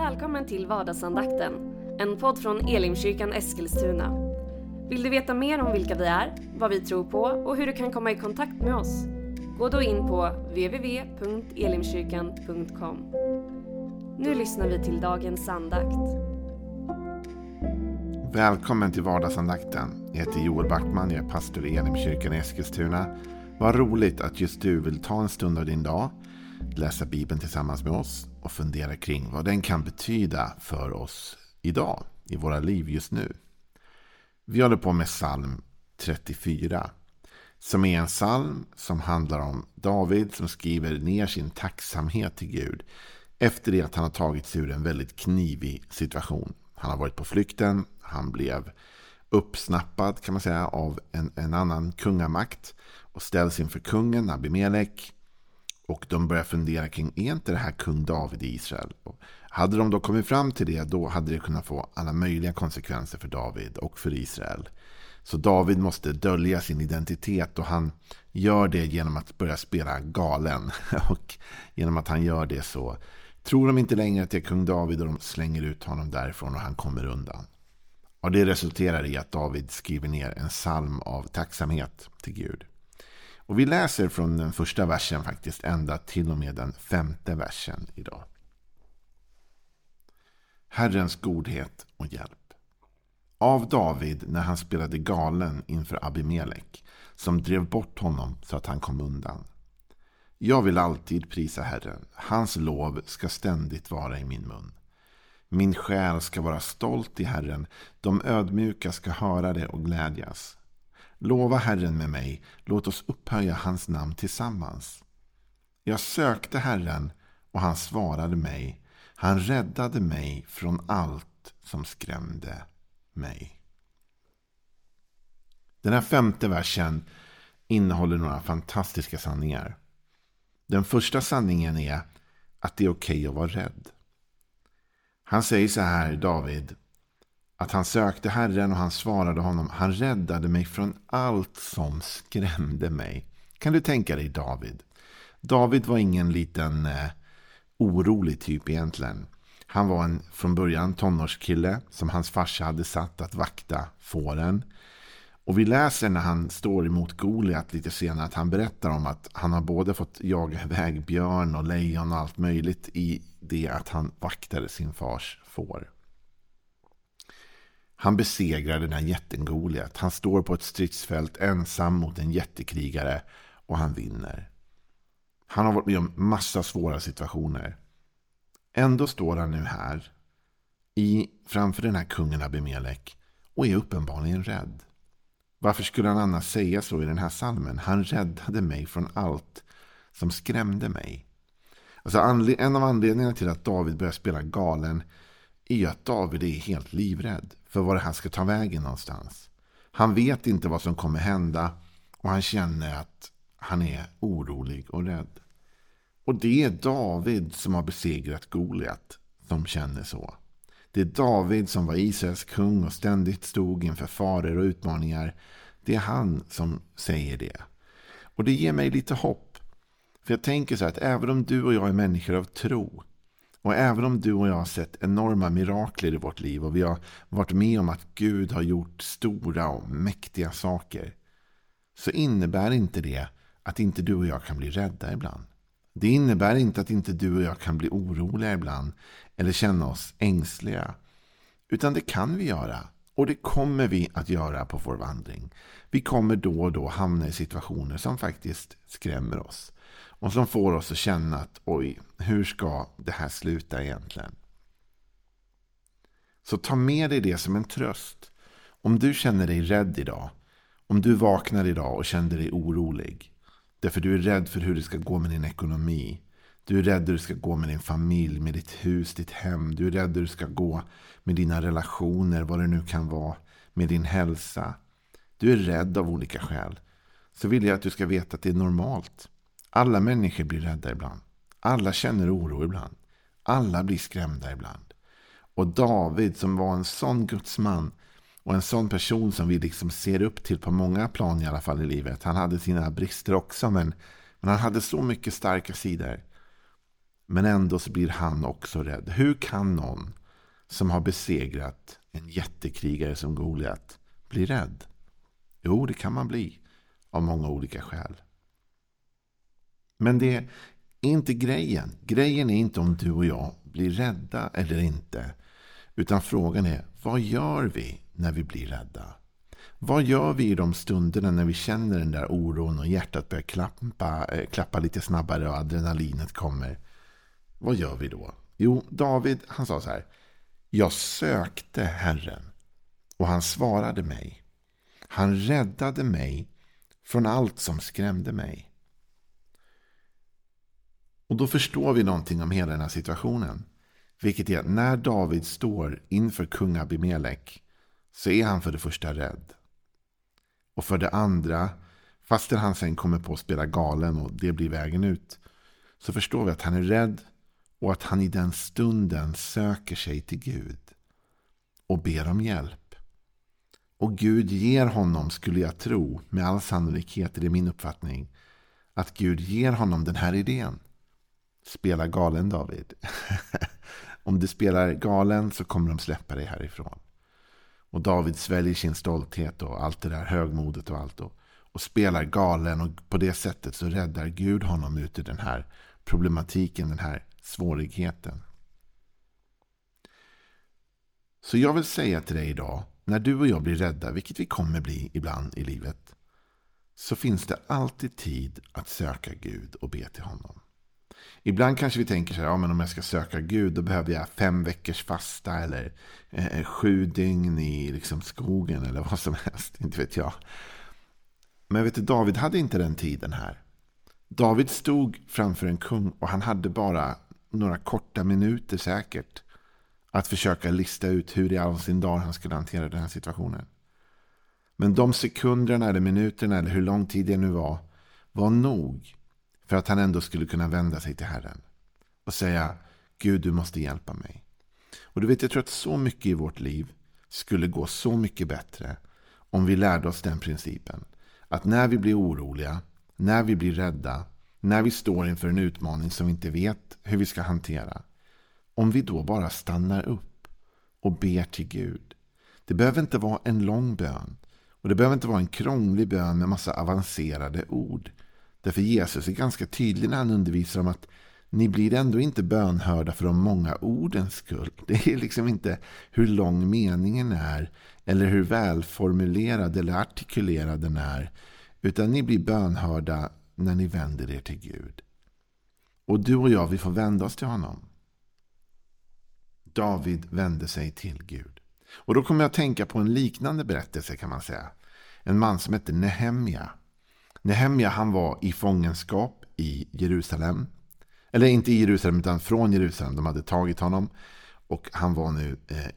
Välkommen till vardagsandakten, en podd från Elimkyrkan Eskilstuna. Vill du veta mer om vilka vi är, vad vi tror på och hur du kan komma i kontakt med oss? Gå då in på www.elimkyrkan.com. Nu lyssnar vi till dagens andakt. Välkommen till vardagsandakten. Jag heter Joel Backman, jag är pastor i Elimkyrkan Eskilstuna. Vad roligt att just du vill ta en stund av din dag, läsa Bibeln tillsammans med oss och fundera kring vad den kan betyda för oss idag, i våra liv just nu. Vi håller på med psalm 34, som är en psalm som handlar om David som skriver ner sin tacksamhet till Gud efter det att han har tagit sig ur en väldigt knivig situation. Han har varit på flykten, han blev uppsnappad kan man säga av en annan kungamakt och ställs inför kungen Abimelek. Och de börjar fundera kring, är inte det här kung David i Israel? Och hade de då kommit fram till det, då hade det kunnat få alla möjliga konsekvenser för David och för Israel. Så David måste dölja sin identitet och han gör det genom att börja spela galen. Och genom att han gör det så tror de inte längre att det är kung David och de slänger ut honom därifrån och han kommer undan. Och det resulterar i att David skriver ner en psalm av tacksamhet till Gud. Och vi läser från den första versen faktiskt ända till och med den 5:e versen idag. Herrens godhet och hjälp. Av David när han spelade galen inför Abimelek, som drev bort honom så att han kom undan. Jag vill alltid prisa Herren. Hans lov ska ständigt vara i min mun. Min själ ska vara stolt i Herren. De ödmjuka ska höra det och glädjas. Lova Herren med mig, låt oss upphöja hans namn tillsammans. Jag sökte Herren och han svarade mig. Han räddade mig från allt som skrämde mig. Den här 5:e versen innehåller några fantastiska sanningar. Den första sanningen är att det är okej att vara rädd. Han säger så här, David, att han sökte Herren och han svarade honom. Han räddade mig från allt som skrämde mig. Kan du tänka dig David? David var ingen liten orolig typ egentligen. Han var från början tonårskille som hans farsa hade satt att vakta fåren. Och vi läser när han står emot Goliat lite senare att han berättar om att han har både fått jaga iväg björn och lejon och allt möjligt i det att han vaktade sin fars får. Han besegrar den här jätten Goliat. Han står på ett stridsfält ensam mot en jättekrigare och han vinner. Han har varit med om massa svåra situationer. Ändå står han nu här framför den här kungen Abimelek och är uppenbarligen rädd. Varför skulle han annars säga så i den här psalmen? Han räddade mig från allt som skrämde mig. Alltså en av anledningarna till att David börjar spela galen är att David är helt livrädd för vad det här ska ta vägen någonstans. Han vet inte vad som kommer hända och han känner att han är orolig och rädd. Och det är David som har besegrat Goliat som känner så. Det är David som var Israels kung och ständigt stod inför faror och utmaningar. Det är han som säger det. Och det ger mig lite hopp. För jag tänker så här att även om du och jag är människor av tro och även om du och jag har sett enorma mirakler i vårt liv och vi har varit med om att Gud har gjort stora och mäktiga saker, så innebär inte det att inte du och jag kan bli rädda ibland. Det innebär inte att inte du och jag kan bli oroliga ibland eller känna oss ängsliga. Utan det kan vi göra och det kommer vi att göra på vår vandring. Vi kommer då och då hamna i situationer som faktiskt skrämmer oss. Och som får oss att känna att oj, hur ska det här sluta egentligen? Så ta med dig det som en tröst. Om du känner dig rädd idag, om du vaknar idag och känner dig orolig, därför du är rädd för hur det ska gå med din ekonomi. Du är rädd hur det ska gå med din familj, med ditt hus, ditt hem. Du är rädd hur det ska gå med dina relationer, vad det nu kan vara, med din hälsa. Du är rädd av olika skäl. Så vill jag att du ska veta att det är normalt. Alla människor blir rädda ibland. Alla känner oro ibland. Alla blir skrämda ibland. Och David som var en sån gudsman och en sån person som vi liksom ser upp till på många plan i alla fall i livet. Han hade sina brister också men han hade så mycket starka sidor. Men ändå så blir han också rädd. Hur kan någon som har besegrat en jättekrigare som Goliat bli rädd? Jo, det kan man bli av många olika skäl. Men det är inte grejen. Grejen är inte om du och jag blir rädda eller inte. Utan frågan är, vad gör vi när vi blir rädda? Vad gör vi i de stunderna när vi känner den där oron och hjärtat börjar klappa lite snabbare och adrenalinet kommer? Vad gör vi då? Jo, David, han sa så här: jag sökte Herren och han svarade mig. Han räddade mig från allt som skrämde mig. Och då förstår vi någonting om hela den här situationen. Vilket är att när David står inför kung Abimelek så är han för det första rädd. Och för det andra, fastän han sen kommer på att spela galen och det blir vägen ut, så förstår vi att han är rädd och att han i den stunden söker sig till Gud och ber om hjälp. Och Gud ger honom, skulle jag tro, med all sannolikhet, det är min uppfattning, att Gud ger honom den här idén. Spela galen, David. Om du spelar galen så kommer de släppa dig härifrån. Och David sväljer sin stolthet och allt det där högmodet och allt och spelar galen, och på det sättet så räddar Gud honom ut ur den här problematiken, den här svårigheten. Så jag vill säga till dig idag, när du och jag blir rädda, vilket vi kommer bli ibland i livet, så finns det alltid tid att söka Gud och be till honom. Ibland kanske vi tänker så här, ja, men om jag ska söka Gud då behöver jag 5 veckors fasta eller 7 dygn i liksom skogen eller vad som helst, inte vet jag. Men vet du, David hade inte den tiden här. David stod framför en kung och han hade bara några korta minuter säkert att försöka lista ut hur i all sin dag han skulle hantera den här situationen. Men de sekunderna eller minuterna eller hur lång tid det nu var nog för att han ändå skulle kunna vända sig till Herren och säga: Gud, du måste hjälpa mig. Och du vet, jag tror att så mycket i vårt liv skulle gå så mycket bättre om vi lärde oss den principen. Att när vi blir oroliga, när vi blir rädda, när vi står inför en utmaning som vi inte vet hur vi ska hantera, om vi då bara stannar upp och ber till Gud. Det behöver inte vara en lång bön och det behöver inte vara en krånglig bön med massa avancerade ord. Därför Jesus är ganska tydlig när han undervisar om att ni blir ändå inte bönhörda för de många ordens skull. Det är liksom inte hur lång meningen är eller hur välformulerad eller artikulerad den är, utan ni blir bönhörda när ni vänder er till Gud. Och du och jag, vi får vända oss till honom. David vände sig till Gud. Och då kommer jag att tänka på en liknande berättelse, kan man säga. En man som heter Nehemja. Nehemja, han var i fångenskap i Jerusalem. Eller inte i Jerusalem utan från Jerusalem. De hade tagit honom och han var nu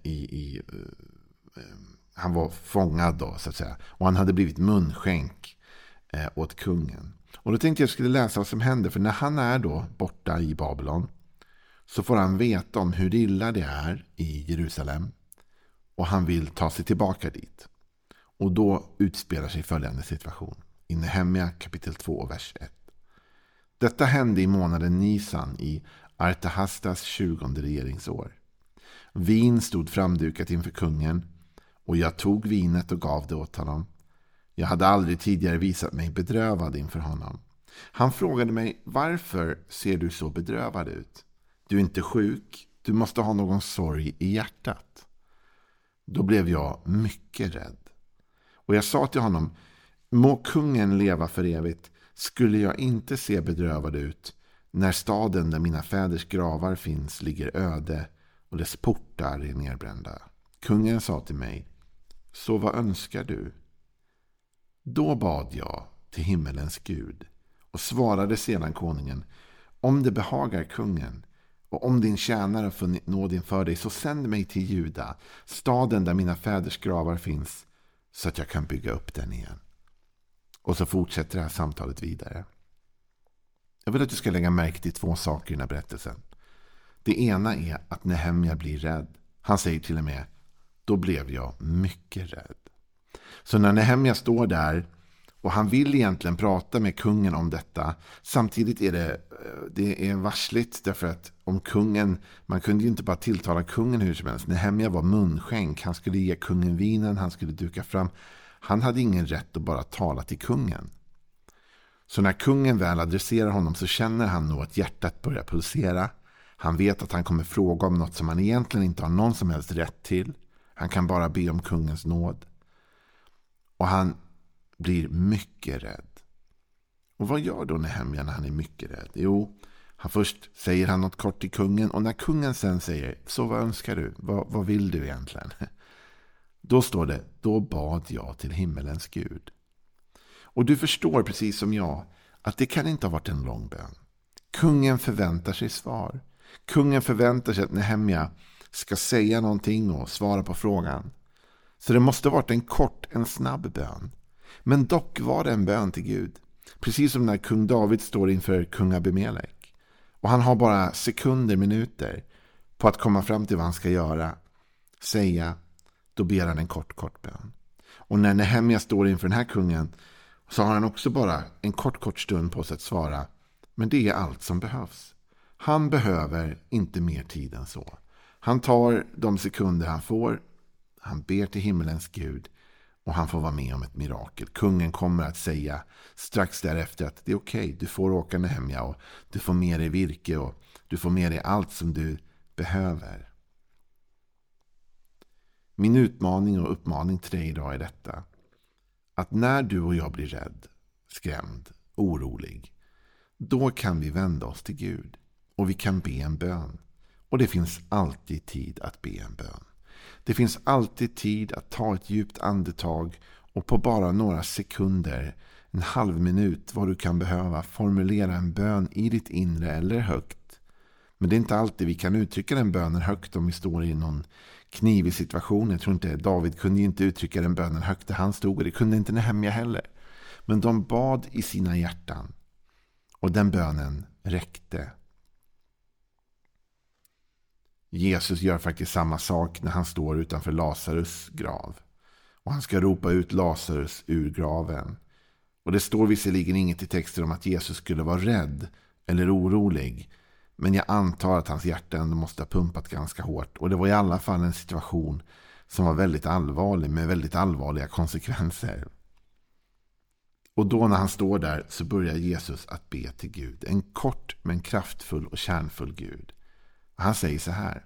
han var fångad då, så att säga. Och han hade blivit munskänk åt kungen. Och då tänkte jag skulle läsa vad som händer. För när han är då borta i Babylon så får han veta om hur illa det är i Jerusalem. Och han vill ta sig tillbaka dit. Och då utspelar sig följande situation. I Nehemja kapitel 2, vers 1. Detta hände i månaden Nisan i Artahastas 20:e regeringsår. Vin stod framdukat inför kungen och jag tog vinet och gav det åt honom. Jag hade aldrig tidigare visat mig bedrövad inför honom. Han frågade mig: varför ser du så bedrövad ut? Du är inte sjuk, du måste ha någon sorg i hjärtat. Då blev jag mycket rädd. Och jag sa till honom: må kungen leva för evigt. Skulle jag inte se bedrövad ut när staden där mina fäders gravar finns ligger öde och dess portar är nedbrända? Kungen sa till mig: så vad önskar du? Då bad jag till himmelens Gud och svarade sedan konungen: om det behagar kungen och om din tjänare funnit nåd inför dig, så sänd mig till Juda, staden där mina fäders gravar finns, så att jag kan bygga upp den igen. Och så fortsätter det här samtalet vidare. Jag vill att du ska lägga märke till 2 saker i den här berättelsen. Det ena är att Nehemja blir rädd. Han säger till och med: då blev jag mycket rädd. Så när Nehemja står där Och han vill egentligen prata med kungen om detta. Samtidigt är det är varsligt därför att om kungen, man kunde ju inte bara tilltala kungen hur som helst. Nehemja var munskänk, han skulle ge kungen vinen, han skulle duka fram. Han hade ingen rätt att bara tala till kungen. Så när kungen väl adresserar honom så känner han nog att hjärtat börjar pulsera. Han vet att han kommer fråga om något som han egentligen inte har någon som helst rätt till. Han kan bara be om kungens nåd. Och han blir mycket rädd. Och vad gör då Nehemja när han är mycket rädd? Jo, först säger han något kort till kungen. Och när kungen sen säger, så vad önskar du? Vad vill du egentligen? Då står det, då bad jag till himmelens Gud. Och du förstår precis som jag att det kan inte ha varit en lång bön. Kungen förväntar sig svar. Kungen förväntar sig att Nehemja ska säga någonting och svara på frågan. Så det måste ha varit en snabb bön. Men dock var det en bön till Gud. Precis som när kung David står inför kung Abimelek. Och han har bara sekunder, minuter på att komma fram till vad han ska göra. Säga, då ber han en kort bön. Och när Nehemja står inför den här kungen så har han också bara en kort stund på sig att svara. Men det är allt som behövs. Han behöver inte mer tid än så. Han tar de sekunder han får. Han ber till himmelens Gud. Och han får vara med om ett mirakel. Kungen kommer att säga strax därefter att det är okej. Du får åka Nehemja och du får med dig virke och du får med dig allt som du behöver. Min utmaning och uppmaning till dig idag är detta. Att när du och jag blir rädd, skrämd, orolig, då kan vi vända oss till Gud. Och vi kan be en bön. Och det finns alltid tid att be en bön. Det finns alltid tid att ta ett djupt andetag och på bara några sekunder, en halv minut vad du kan behöva, formulera en bön i ditt inre eller högt. Men det är inte alltid vi kan uttrycka den bönen högt om vi står i någon knivig situation. Jag tror inte David kunde inte uttrycka den bönen högt där han stod och det kunde inte Nehemja heller. Men de bad i sina hjärtan och den bönen räckte. Jesus gör faktiskt samma sak när han står utanför Lazarus grav. Och han ska ropa ut Lazarus ur graven. Och det står visserligen inget i texten om att Jesus skulle vara rädd eller orolig. Men jag antar att hans hjärta ändå måste ha pumpat ganska hårt. Och det var i alla fall en situation som var väldigt allvarlig med väldigt allvarliga konsekvenser. Och då när han står där så börjar Jesus att be till Gud. En kort men kraftfull och kärnfull Gud. Han säger så här.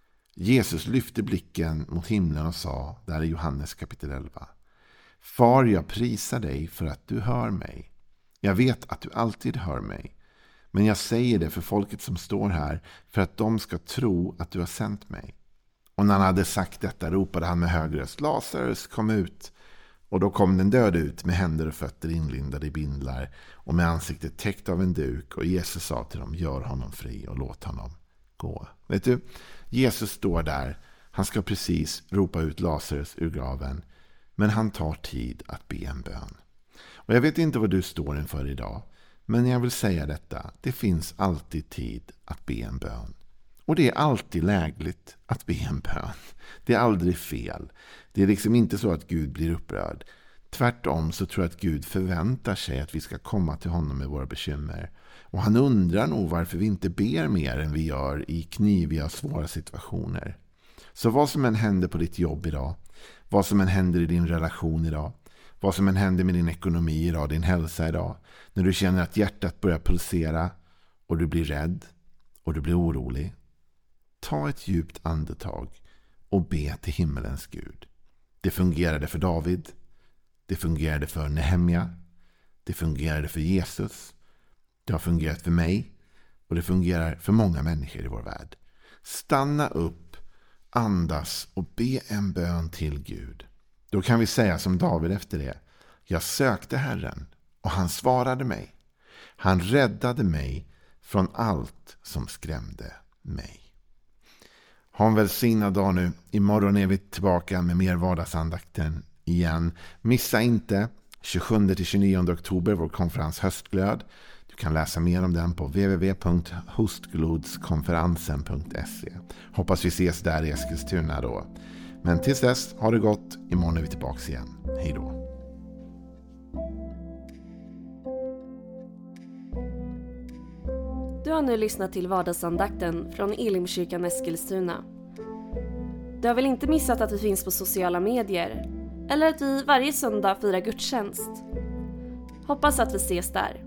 Jesus lyfte blicken mot himlen och sa, där i Johannes kapitel 11. Far, jag prisar dig för att du hör mig. Jag vet att du alltid hör mig. Men jag säger det för folket som står här för att de ska tro att du har sänt mig. Och när han hade sagt detta ropade han med hög röst, Lazarus, kom ut. Och då kom den döde ut med händer och fötter inlindade i bindlar och med ansiktet täckt av en duk. Och Jesus sa till dem, gör honom fri och låt honom gå. Vet du, Jesus står där. Han ska precis ropa ut Lazarus ur graven. Men han tar tid att be en bön. Och jag vet inte vad du står inför idag. Men jag vill säga detta. Det finns alltid tid att be en bön. Och det är alltid lägligt att be en bön. Det är aldrig fel. Det är liksom inte så att Gud blir upprörd. Tvärtom så tror jag att Gud förväntar sig att vi ska komma till honom med våra bekymmer. Och han undrar nog varför vi inte ber mer än vi gör i kniviga och svåra situationer. Så vad som än händer på ditt jobb idag, vad som än händer i din relation idag, vad som än händer med din ekonomi idag, din hälsa idag, när du känner att hjärtat börjar pulsera och du blir rädd och du blir orolig, ta ett djupt andetag och be till himmelens Gud. Det fungerade för David, det fungerade för Nehemja, det fungerade för Jesus, det har fungerat för mig och det fungerar för många människor i vår värld. Stanna upp, andas och be en bön till Gud. Då kan vi säga som David efter det. Jag sökte Herren och han svarade mig. Han räddade mig från allt som skrämde mig. Ha en välsignad dag nu. Imorgon är vi tillbaka med mer vardagsandakten igen. Missa inte 27-29 oktober vår konferens Höstglöd. Du kan läsa mer om den på www.hostglodskonferensen.se. Hoppas vi ses där i Eskilstuna då. Men tills dess, ha det gott. Imorgon är vi tillbaka igen. Hej då. Du har nu lyssnat till vardagsandakten från Elimkyrkan Eskilstuna. Du har väl inte missat att vi finns på sociala medier? Eller att vi varje söndag firar gudstjänst? Hoppas att vi ses där.